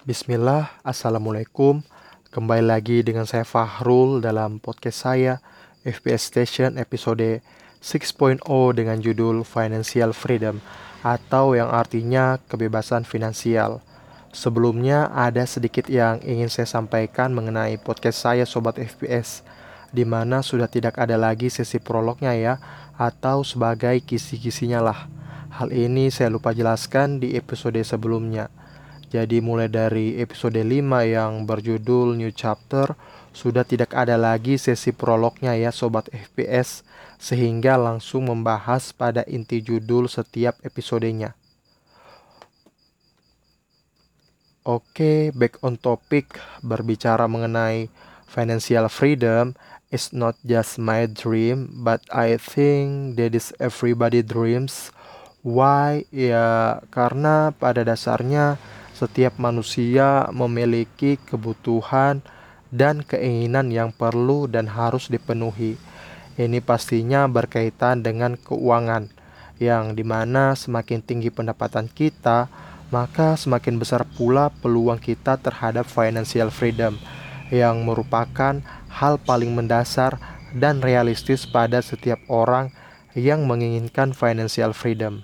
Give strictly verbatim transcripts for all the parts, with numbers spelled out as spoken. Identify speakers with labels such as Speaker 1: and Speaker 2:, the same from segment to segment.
Speaker 1: Bismillah, Assalamualaikum. Kembali lagi dengan saya Fahrul dalam podcast saya F P S Station episode enam titik nol dengan judul Financial Freedom atau yang artinya kebebasan finansial. Sebelumnya ada sedikit yang ingin saya sampaikan mengenai podcast saya Sobat F P S, di mana sudah tidak ada lagi sesi prolognya ya, atau sebagai kisi-kisinya lah. Hal ini saya lupa jelaskan di episode sebelumnya. Jadi mulai dari episode lima yang berjudul New Chapter sudah tidak ada lagi sesi prolognya ya Sobat F P S, sehingga langsung membahas pada inti judul setiap episodenya. Oke, back on topic, berbicara mengenai financial freedom is not just my dream, but I think that is everybody dreams. Why? Ya, karena pada dasarnya setiap manusia memiliki kebutuhan dan keinginan yang perlu dan harus dipenuhi. Ini pastinya berkaitan dengan keuangan, yang dimana semakin tinggi pendapatan kita, maka semakin besar pula peluang kita terhadap financial freedom, yang merupakan hal paling mendasar dan realistis pada setiap orang yang menginginkan financial freedom.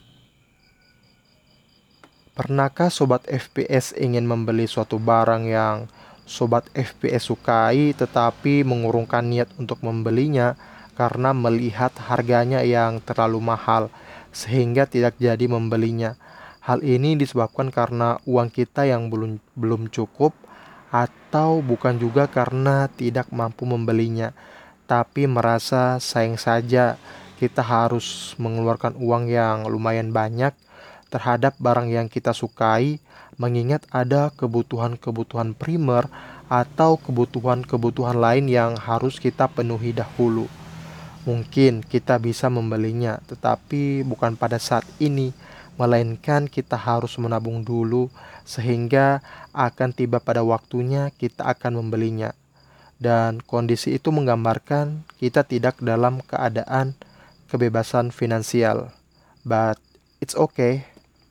Speaker 1: Pernahkah Sobat F P S ingin membeli suatu barang yang Sobat F P S sukai tetapi mengurungkan niat untuk membelinya karena melihat harganya yang terlalu mahal sehingga tidak jadi membelinya? Hal ini disebabkan karena uang kita yang belum belum cukup, atau bukan juga karena tidak mampu membelinya, tapi merasa sayang saja kita harus mengeluarkan uang yang lumayan banyak terhadap barang yang kita sukai, mengingat ada kebutuhan-kebutuhan primer atau kebutuhan-kebutuhan lain yang harus kita penuhi dahulu. Mungkin kita bisa membelinya, tetapi bukan pada saat ini, melainkan kita harus menabung dulu sehingga akan tiba pada waktunya kita akan membelinya. Dan kondisi itu menggambarkan kita tidak dalam keadaan kebebasan finansial. But it's okay.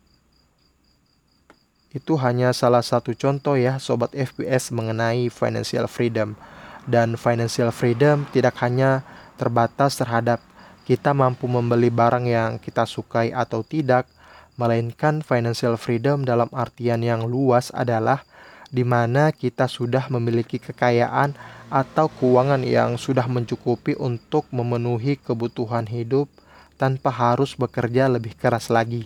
Speaker 1: Itu hanya salah satu contoh ya Sobat F P S mengenai financial freedom. Dan financial freedom tidak hanya terbatas terhadap kita mampu membeli barang yang kita sukai atau tidak, melainkan financial freedom dalam artian yang luas adalah di mana kita sudah memiliki kekayaan atau keuangan yang sudah mencukupi untuk memenuhi kebutuhan hidup tanpa harus bekerja lebih keras lagi.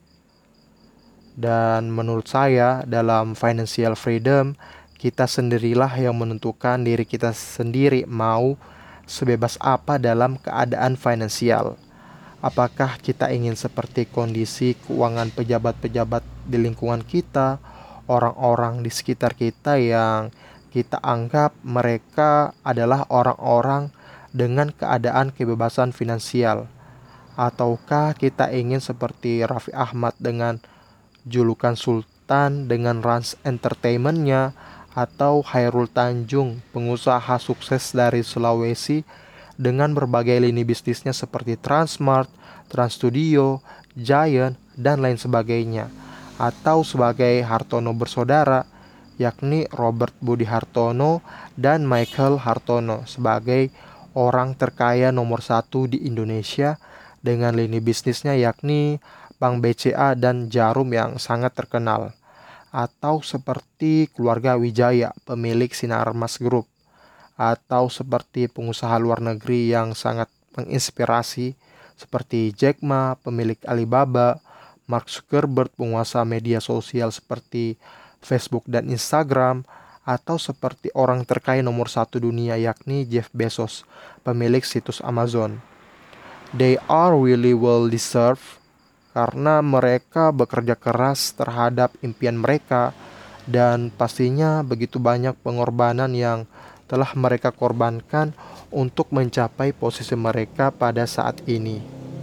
Speaker 1: Dan menurut saya dalam financial freedom, kita sendirilah yang menentukan diri kita sendiri mau sebebas apa dalam keadaan finansial. Apakah kita ingin seperti kondisi keuangan pejabat-pejabat di lingkungan kita, orang-orang di sekitar kita yang kita anggap mereka adalah orang-orang dengan keadaan kebebasan finansial, ataukah kita ingin seperti Raffi Ahmad dengan julukan Sultan dengan Rans Entertainment-nya, atau Hairul Tanjung, pengusaha sukses dari Sulawesi dengan berbagai lini bisnisnya seperti Transmart, Trans Studio, Giant, dan lain sebagainya, atau sebagai Hartono bersaudara, yakni Robert Budi Hartono dan Michael Hartono sebagai orang terkaya nomor satu di Indonesia dengan lini bisnisnya yakni Bank B C A dan Jarum yang sangat terkenal, atau seperti keluarga Wijaya, pemilik Sinarmas Group, atau seperti pengusaha luar negeri yang sangat menginspirasi seperti Jack Ma, pemilik Alibaba, Mark Zuckerberg, penguasa media sosial seperti Facebook dan Instagram, atau seperti orang terkaya nomor satu dunia yakni Jeff Bezos, pemilik situs Amazon. They are really well deserved karena mereka bekerja keras terhadap impian mereka, dan pastinya begitu banyak pengorbanan yang telah mereka korbankan untuk mencapai posisi mereka pada saat ini.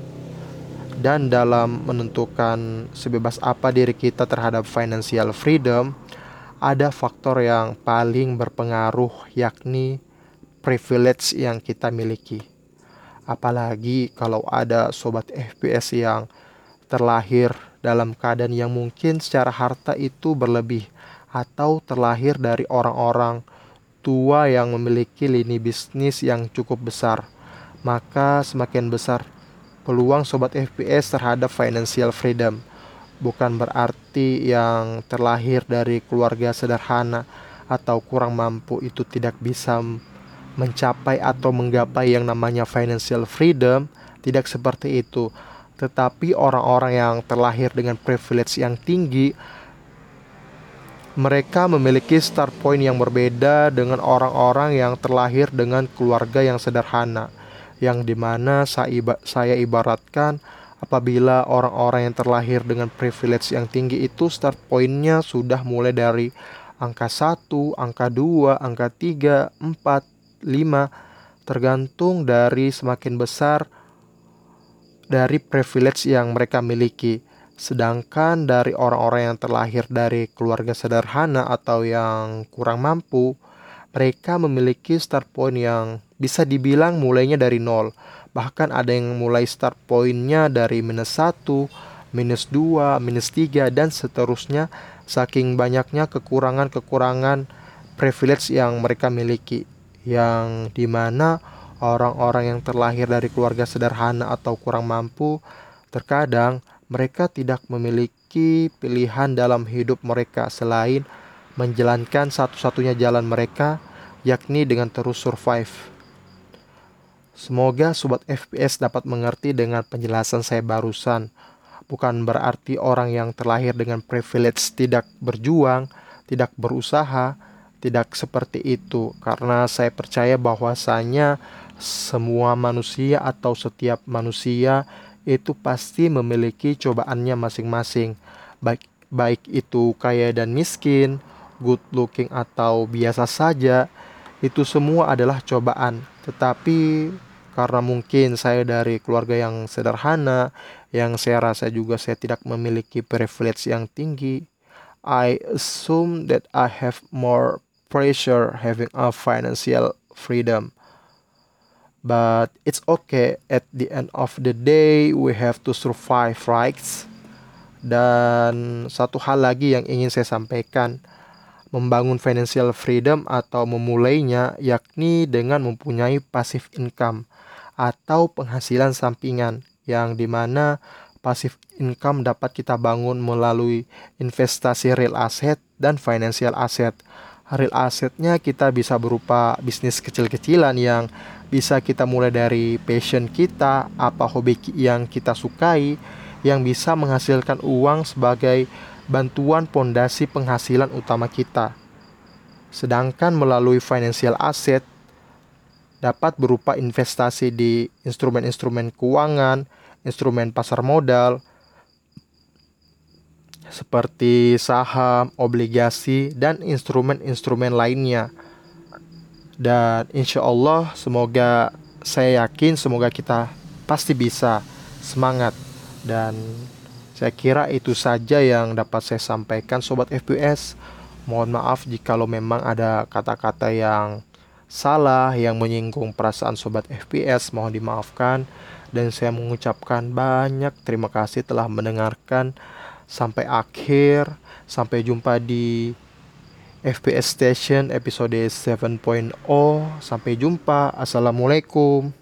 Speaker 1: Dan dalam menentukan sebebas apa diri kita terhadap financial freedom, ada faktor yang paling berpengaruh yakni privilege yang kita miliki. Apalagi kalau ada Sobat F P S yang terlahir dalam keadaan yang mungkin secara harta itu berlebih, atau terlahir dari orang-orang tua yang memiliki lini bisnis yang cukup besar. Maka semakin besar peluang sobat F P S terhadap financial freedom. Bukan berarti yang terlahir dari keluarga sederhana atau kurang mampu itu tidak bisa mencapai atau menggapai yang namanya financial freedom. Tidak seperti itu. Tetapi orang-orang yang terlahir dengan privilege yang tinggi, mereka memiliki start point yang berbeda dengan orang-orang yang terlahir dengan keluarga yang sederhana, yang dimana saya ibaratkan apabila orang-orang yang terlahir dengan privilege yang tinggi itu start pointnya sudah mulai dari angka satu, angka dua, angka tiga, empat, lima, tergantung dari semakin besar dari privilege yang mereka miliki. Sedangkan dari orang-orang yang terlahir dari keluarga sederhana atau yang kurang mampu, mereka memiliki start point yang bisa dibilang mulainya dari nol. Bahkan ada yang mulai start pointnya dari minus satu, minus dua, minus tiga, dan seterusnya, saking banyaknya kekurangan-kekurangan privilege yang mereka miliki, yang dimana orang-orang yang terlahir dari keluarga sederhana atau kurang mampu, terkadang mereka tidak memiliki pilihan dalam hidup mereka selain menjalankan satu-satunya jalan mereka, yakni dengan terus survive. Semoga Sobat F P S dapat mengerti dengan penjelasan saya barusan. Bukan berarti orang yang terlahir dengan privilege tidak berjuang, tidak berusaha, tidak seperti itu. Karena saya percaya bahwasanya semua manusia atau setiap manusia itu pasti memiliki cobaannya masing-masing. Baik, baik itu kaya dan miskin, good looking atau biasa saja, itu semua adalah cobaan. Tetapi karena mungkin saya dari keluarga yang sederhana, yang saya rasa juga saya tidak memiliki privilege yang tinggi, I assume that I have more pressure having a financial freedom. But it's okay, at the end of the day we have to survive, right? Dan satu hal lagi yang ingin saya sampaikan, membangun financial freedom atau memulainya yakni dengan mempunyai passive income atau penghasilan sampingan, yang dimana passive income dapat kita bangun melalui investasi real asset dan financial asset. Real assetnya kita bisa berupa bisnis kecil-kecilan yang bisa kita mulai dari passion kita, apa hobi yang kita sukai, yang bisa menghasilkan uang sebagai bantuan pondasi penghasilan utama kita. Sedangkan melalui financial asset dapat berupa investasi di instrumen-instrumen keuangan, instrumen pasar modal, seperti saham, obligasi, dan instrumen-instrumen lainnya. Dan insya Allah semoga, saya yakin semoga kita pasti bisa. Semangat. Dan saya kira itu saja yang dapat saya sampaikan Sobat F P S. Mohon maaf jikalau memang ada kata-kata yang salah, yang menyinggung perasaan Sobat F P S, mohon dimaafkan. Dan saya mengucapkan banyak terima kasih telah mendengarkan sampai akhir. Sampai jumpa di F P S Station episode tujuh titik nol. Sampai jumpa. Assalamualaikum.